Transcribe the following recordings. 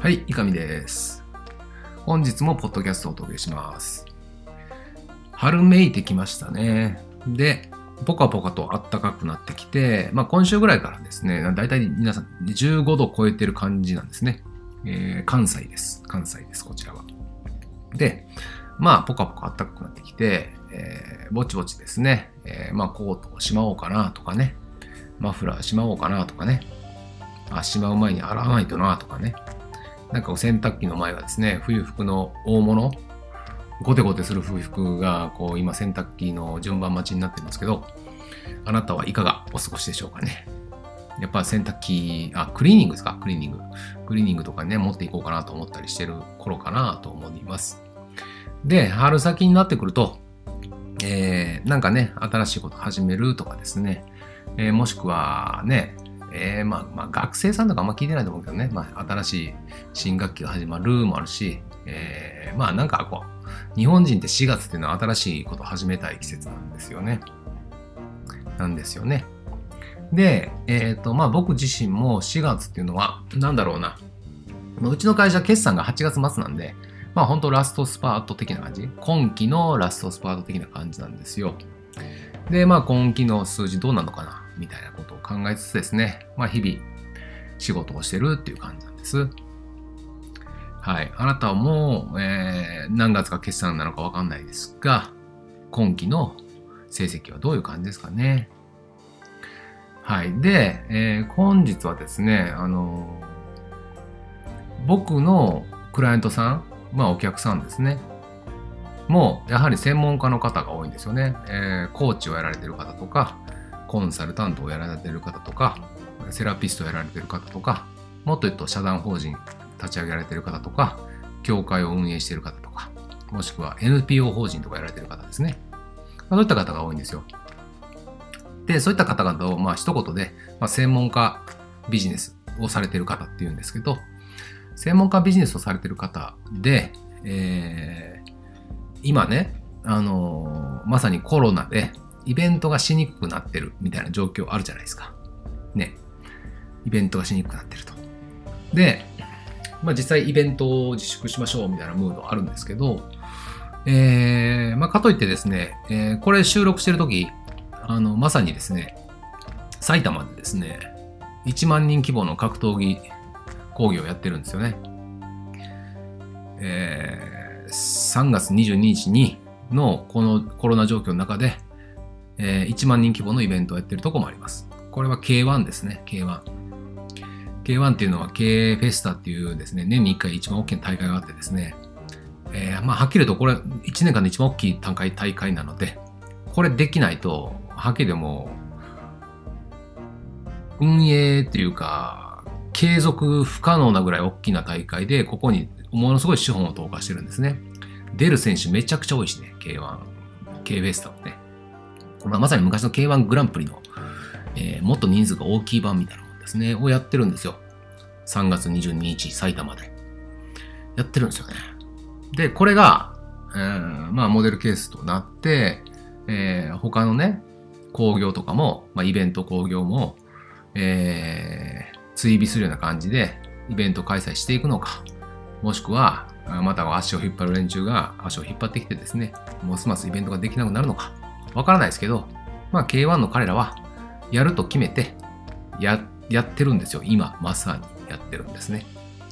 はい、いかみです。本日もポッドキャストをお届けします。春めいてきましたね。で、ポカポカと暖かくなってきて、今週ぐらいからですね、だいたい皆さん15度超えてる感じなんですね。関西です。関西です、こちらは。で、ポカポカ暖かくなってきて、ぼちぼちですね、コートをしまおうかなとかね、マフラーしまおうかなとかね、しまう前に洗わないとなとかね、なんか洗濯機の前はですね、冬服の大物、ゴテゴテする冬服が今洗濯機の順番待ちになってるんですけど、あなたはいかがお過ごしでしょうかね。やっぱ洗濯機、クリーニングですか、クリーニング。クリーニングとかね、持っていこうかなと思ったりしてる頃かなと思います。で、春先になってくると、なんかね、新しいこと始めるとかですね、もしくはね、学生さんとかあんま聞いてないと思うけどね、新しい新学期が始まるもあるし、なんか日本人って4月っていうのは新しいことを始めたい季節なんですよね。で、僕自身も4月っていうのは、うちの会社決算が8月末なんで、本当ラストスパート的な感じ。今期のラストスパート的な感じなんですよ。で、今期の数字どうなのかなみたいなことを考えつつですね、日々仕事をしてるっていう感じなんです。はい。あなたはもう、何月か決算なのかわかんないですが、今期の成績はどういう感じですかね。はい。で、本日はですね、僕のクライアントさん、お客さんですね。もうやはり専門家の方が多いんですよね。コーチをやられてる方とか、コンサルタントをやられてる方とか、セラピストをやられてる方とか、もっと言うと社団法人立ち上げられてる方とか、協会を運営している方とか、もしくは NPO 法人とかやられてる方ですね。そういった方が多いんですよ。で、そういった方々を一言で、専門家ビジネスをされている方っていうんですけど、専門家ビジネスをされている方で、今ね、まさにコロナでイベントがしにくくなってるみたいな状況あるじゃないですか。ね。イベントがしにくくなってると。で、実際イベントを自粛しましょうみたいなムードあるんですけど、かといってですね、これ収録してるとき、まさにですね、埼玉でですね、1万人規模の格闘技講義をやってるんですよね。3月22日にのこのコロナ状況の中で、1万人規模のイベントをやってるとこもあります。これは K1 ですね、K1。K1 っていうのは K フェスタっていうですね、年に1回一番大きな大会があってですね、はっきり言うとこれ1年間で一番大きい大会なので、これできないと、はっきりでも運営っていうか、継続不可能なぐらい大きな大会で、ここにものすごい資本を投下してるんですね。出る選手めちゃくちゃ多いしね、K1、K フェスタもね。まさに昔の K1 グランプリの、もっと人数が大きい版みたいなものですね、をやってるんですよ。3月22日、埼玉で。やってるんですよね。で、これが、モデルケースとなって、他のね、興行とかも、イベント興行も、追尾するような感じでイベント開催していくのか、もしくはまた足を引っ張る連中が足を引っ張ってきてですね、ますますイベントができなくなるのかわからないですけど、K1 の彼らはやると決めてやってるんですよ。今まさにやってるんですね。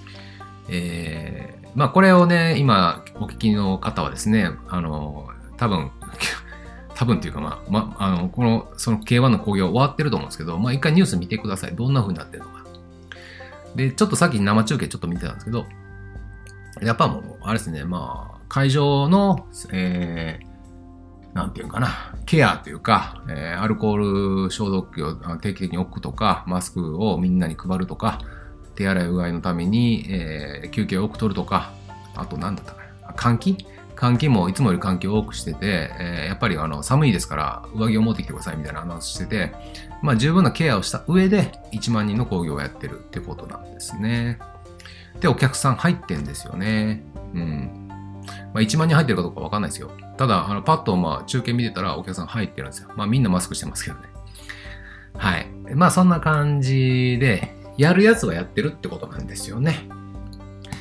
これをね、今お聞きの方はですね、多分っていうかその K1 の興行終わってると思うんですけど、一回ニュース見てください。どんな風になってるのか。で、ちょっとさっき生中継ちょっと見てたんですけど、やっぱもう、あれですね、会場の、なんていうかな、ケアというか、アルコール消毒器を定期的に置くとか、マスクをみんなに配るとか、手洗いうがいのために、休憩を多く取るとか、あと何だったかな、換気もいつもより換気を多くしてて、やっぱり寒いですから上着を持ってきてくださいみたいなアナウンスしてて、十分なケアをした上で1万人の興行をやってるってことなんですね。で、お客さん入ってんですよね。1万人入ってるかどうかわかんないですよ。ただ、パッと中継見てたらお客さん入ってるんですよ。みんなマスクしてますけどね。はい。そんな感じで、やるやつはやってるってことなんですよね。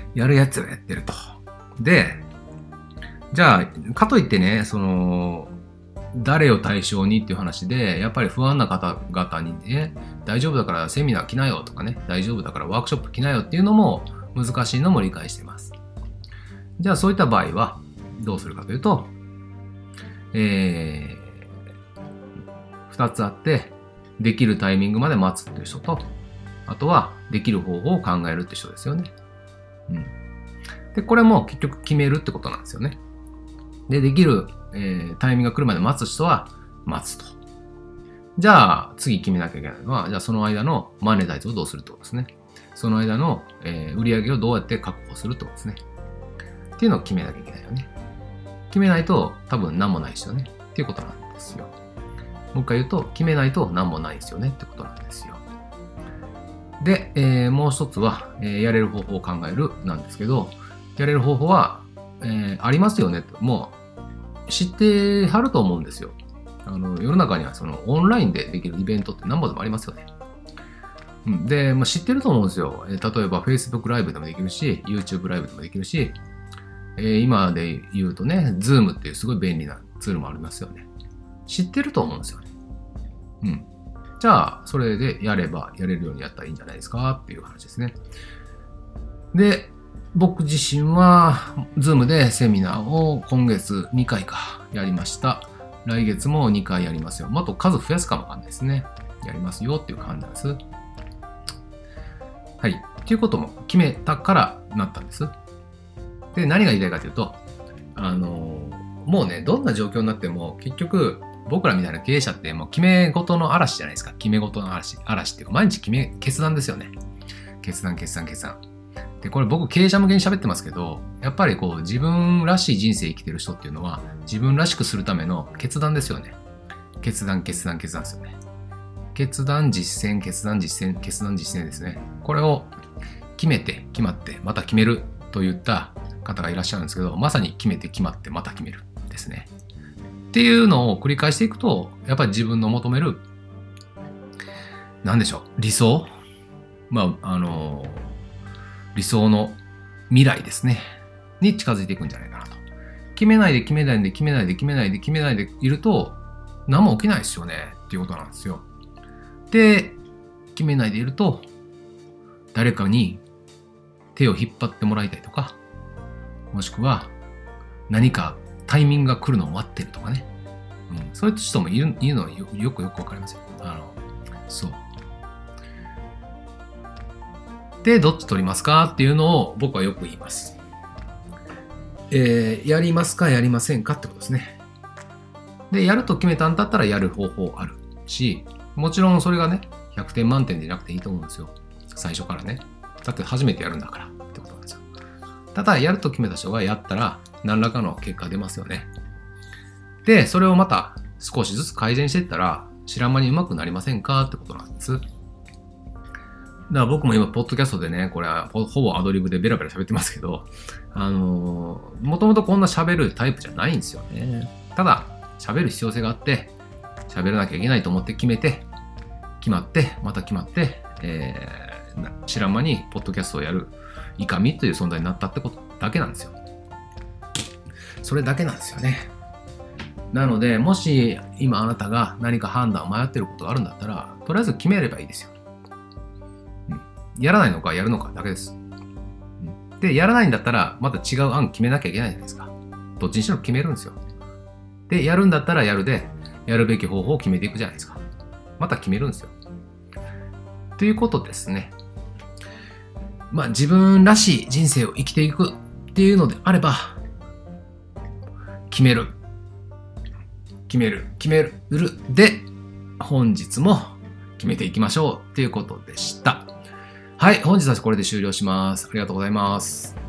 やるやつをやってると。で、じゃあ、かといってね、誰を対象にっていう話で、やっぱり不安な方々にね、大丈夫だからセミナー来なよとかね、大丈夫だからワークショップ来なよっていうのも難しいのも理解しています。じゃあそういった場合はどうするかというと、2つあって、できるタイミングまで待つっていう人と、あとはできる方法を考えるって人ですよね。で、これも結局決めるってことなんですよね。で、できる、タイミングが来るまで待つ人は待つと。じゃあ、次決めなきゃいけないのは、じゃあその間のマネタイズをどうするってことですね。その間の、売り上げをどうやって確保するってことですね。っていうのを決めなきゃいけないよね。決めないと多分何もないですよね。っていうことなんですよ。もう一回言うと、決めないと何もないですよねってことなんですよ。で、もう一つは、やれる方法を考えるなんですけど、やれる方法は、ありますよねと。もう知ってはると思うんですよ。世の中にはオンラインでできるイベントって何本でもありますよね。で、知ってると思うんですよ。例えば Facebook ライブでもできるし、YouTube ライブでもできるし、今で言うとね、Zoom っていうすごい便利なツールもありますよね。知ってると思うんですよね。じゃあ、それでやればやれるようにやったらいいんじゃないですかっていう話ですね。で、僕自身は Zoom でセミナーを今月2回かやりました。来月も2回やりますよ。あと数増やすかもわかんないですね。やりますよっていう感じなんです。はい。っていうことも決めたからなったんです。で、何が言いたいかというと、もうね、どんな状況になっても結局僕らみたいな経営者ってもう決め事の嵐じゃないですか。決め事の嵐っていうか毎日決断ですよね。決断。で、これ僕経営者向けに喋ってますけど、やっぱりこう自分らしい人生生きてる人っていうのは自分らしくするための決断ですよね。決断ですよね。決断実践ですね。これを決まって、また決めるといった方がいらっしゃるんですけど、まさに決めて決まってまた決めるですね。っていうのを繰り返していくと、やっぱり自分の求める、なんでしょう、理想理想の未来ですね。に近づいていくんじゃないかなと。決めないでいると、何も起きないですよね。っていうことなんですよ。で、決めないでいると、誰かに手を引っ張ってもらいたいとか、もしくは何かタイミングが来るのを待ってるとかね。そういう人もいるのはよくわかりますよ。そう。で、どっち取りますかっていうのを僕はよく言います。やりますかやりませんかってことですね。で、やると決めたんだったらやる方法あるし、もちろんそれがね、100点満点でなくていいと思うんですよ。最初からね。だって初めてやるんだからってことなんですよ。ただ、やると決めた人がやったら何らかの結果出ますよね。で、それをまた少しずつ改善していったら、知らん間に上手くなりませんかってことなんです。だから僕も今、ポッドキャストでね、これはほぼアドリブでベラベラ喋ってますけど、もともとこんな喋るタイプじゃないんですよね。ただ、喋る必要性があって、喋らなきゃいけないと思って決まって、また決まって、知らん間にポッドキャストをやるイカミという存在になったってことだけなんですよ。それだけなんですよね。なので、もし今あなたが何か判断を迷っていることがあるんだったら、とりあえず決めればいいですよ。やらないのかやるのかだけです。で、やらないんだったら、また違う案決めなきゃいけないじゃないですか。どっちにしろ決めるんですよ。で、やるんだったらやるで、やるべき方法を決めていくじゃないですか。また決めるんですよ。ということですね。自分らしい人生を生きていくっていうのであれば、決めるで、本日も決めていきましょうっていうことでした。はい、本日はこれで終了します。ありがとうございます。